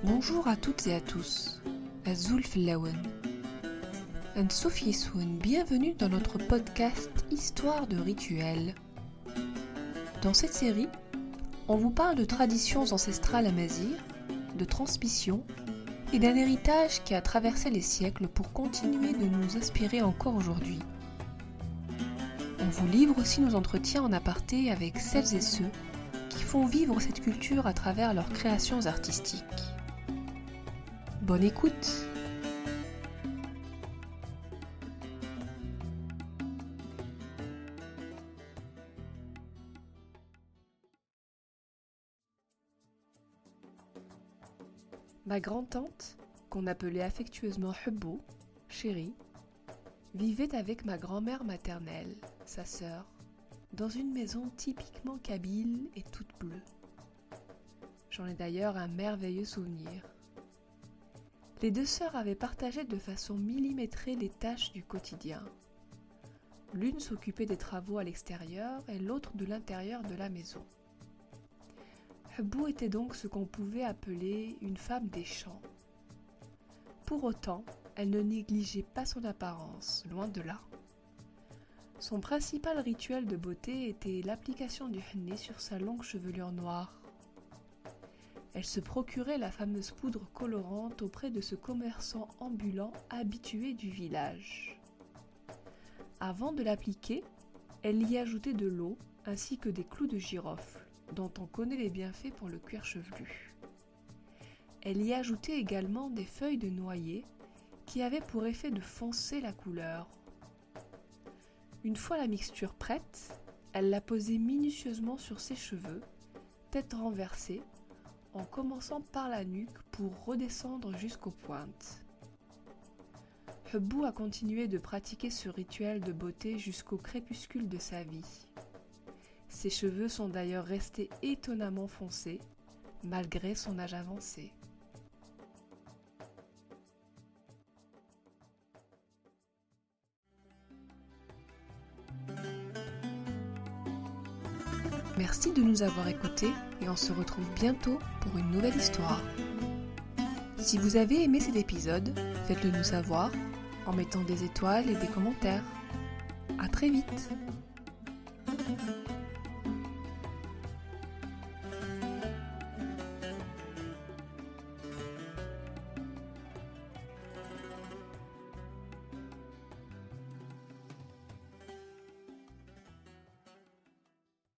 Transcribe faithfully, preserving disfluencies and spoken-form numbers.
Bonjour à toutes et à tous, Azul Flawen. Ansouf Yessoun, bienvenue dans notre podcast Histoire de rituels. Dans cette série, on vous parle de traditions ancestrales amazighs, de transmission et d'un héritage qui a traversé les siècles pour continuer de nous inspirer encore aujourd'hui. On vous livre aussi nos entretiens en aparté avec celles et ceux qui font vivre cette culture à travers leurs créations artistiques. Bonne écoute! Ma grand-tante, qu'on appelait affectueusement Hubbou, chérie, vivait avec ma grand-mère maternelle, sa sœur, dans une maison typiquement kabyle et toute bleue. J'en ai d'ailleurs un merveilleux souvenir. Les deux sœurs avaient partagé de façon millimétrée les tâches du quotidien. L'une s'occupait des travaux à l'extérieur et l'autre de l'intérieur de la maison. Hubbou était donc ce qu'on pouvait appeler une femme des champs. Pour autant, elle ne négligeait pas son apparence, loin de là. Son principal rituel de beauté était l'application du henné sur sa longue chevelure noire. Elle se procurait la fameuse poudre colorante auprès de ce commerçant ambulant habitué du village. Avant de l'appliquer, elle y ajoutait de l'eau ainsi que des clous de girofle, dont on connaît les bienfaits pour le cuir chevelu. Elle y ajoutait également des feuilles de noyer qui avaient pour effet de foncer la couleur. Une fois la mixture prête, elle la posait minutieusement sur ses cheveux, tête renversée, en commençant par la nuque pour redescendre jusqu'aux pointes. Hubbou a continué de pratiquer ce rituel de beauté jusqu'au crépuscule de sa vie. Ses cheveux sont d'ailleurs restés étonnamment foncés, malgré son âge avancé. Merci de nous avoir écoutés et on se retrouve bientôt pour une nouvelle histoire. Si vous avez aimé cet épisode, faites-le nous savoir en mettant des étoiles et des commentaires. À très vite!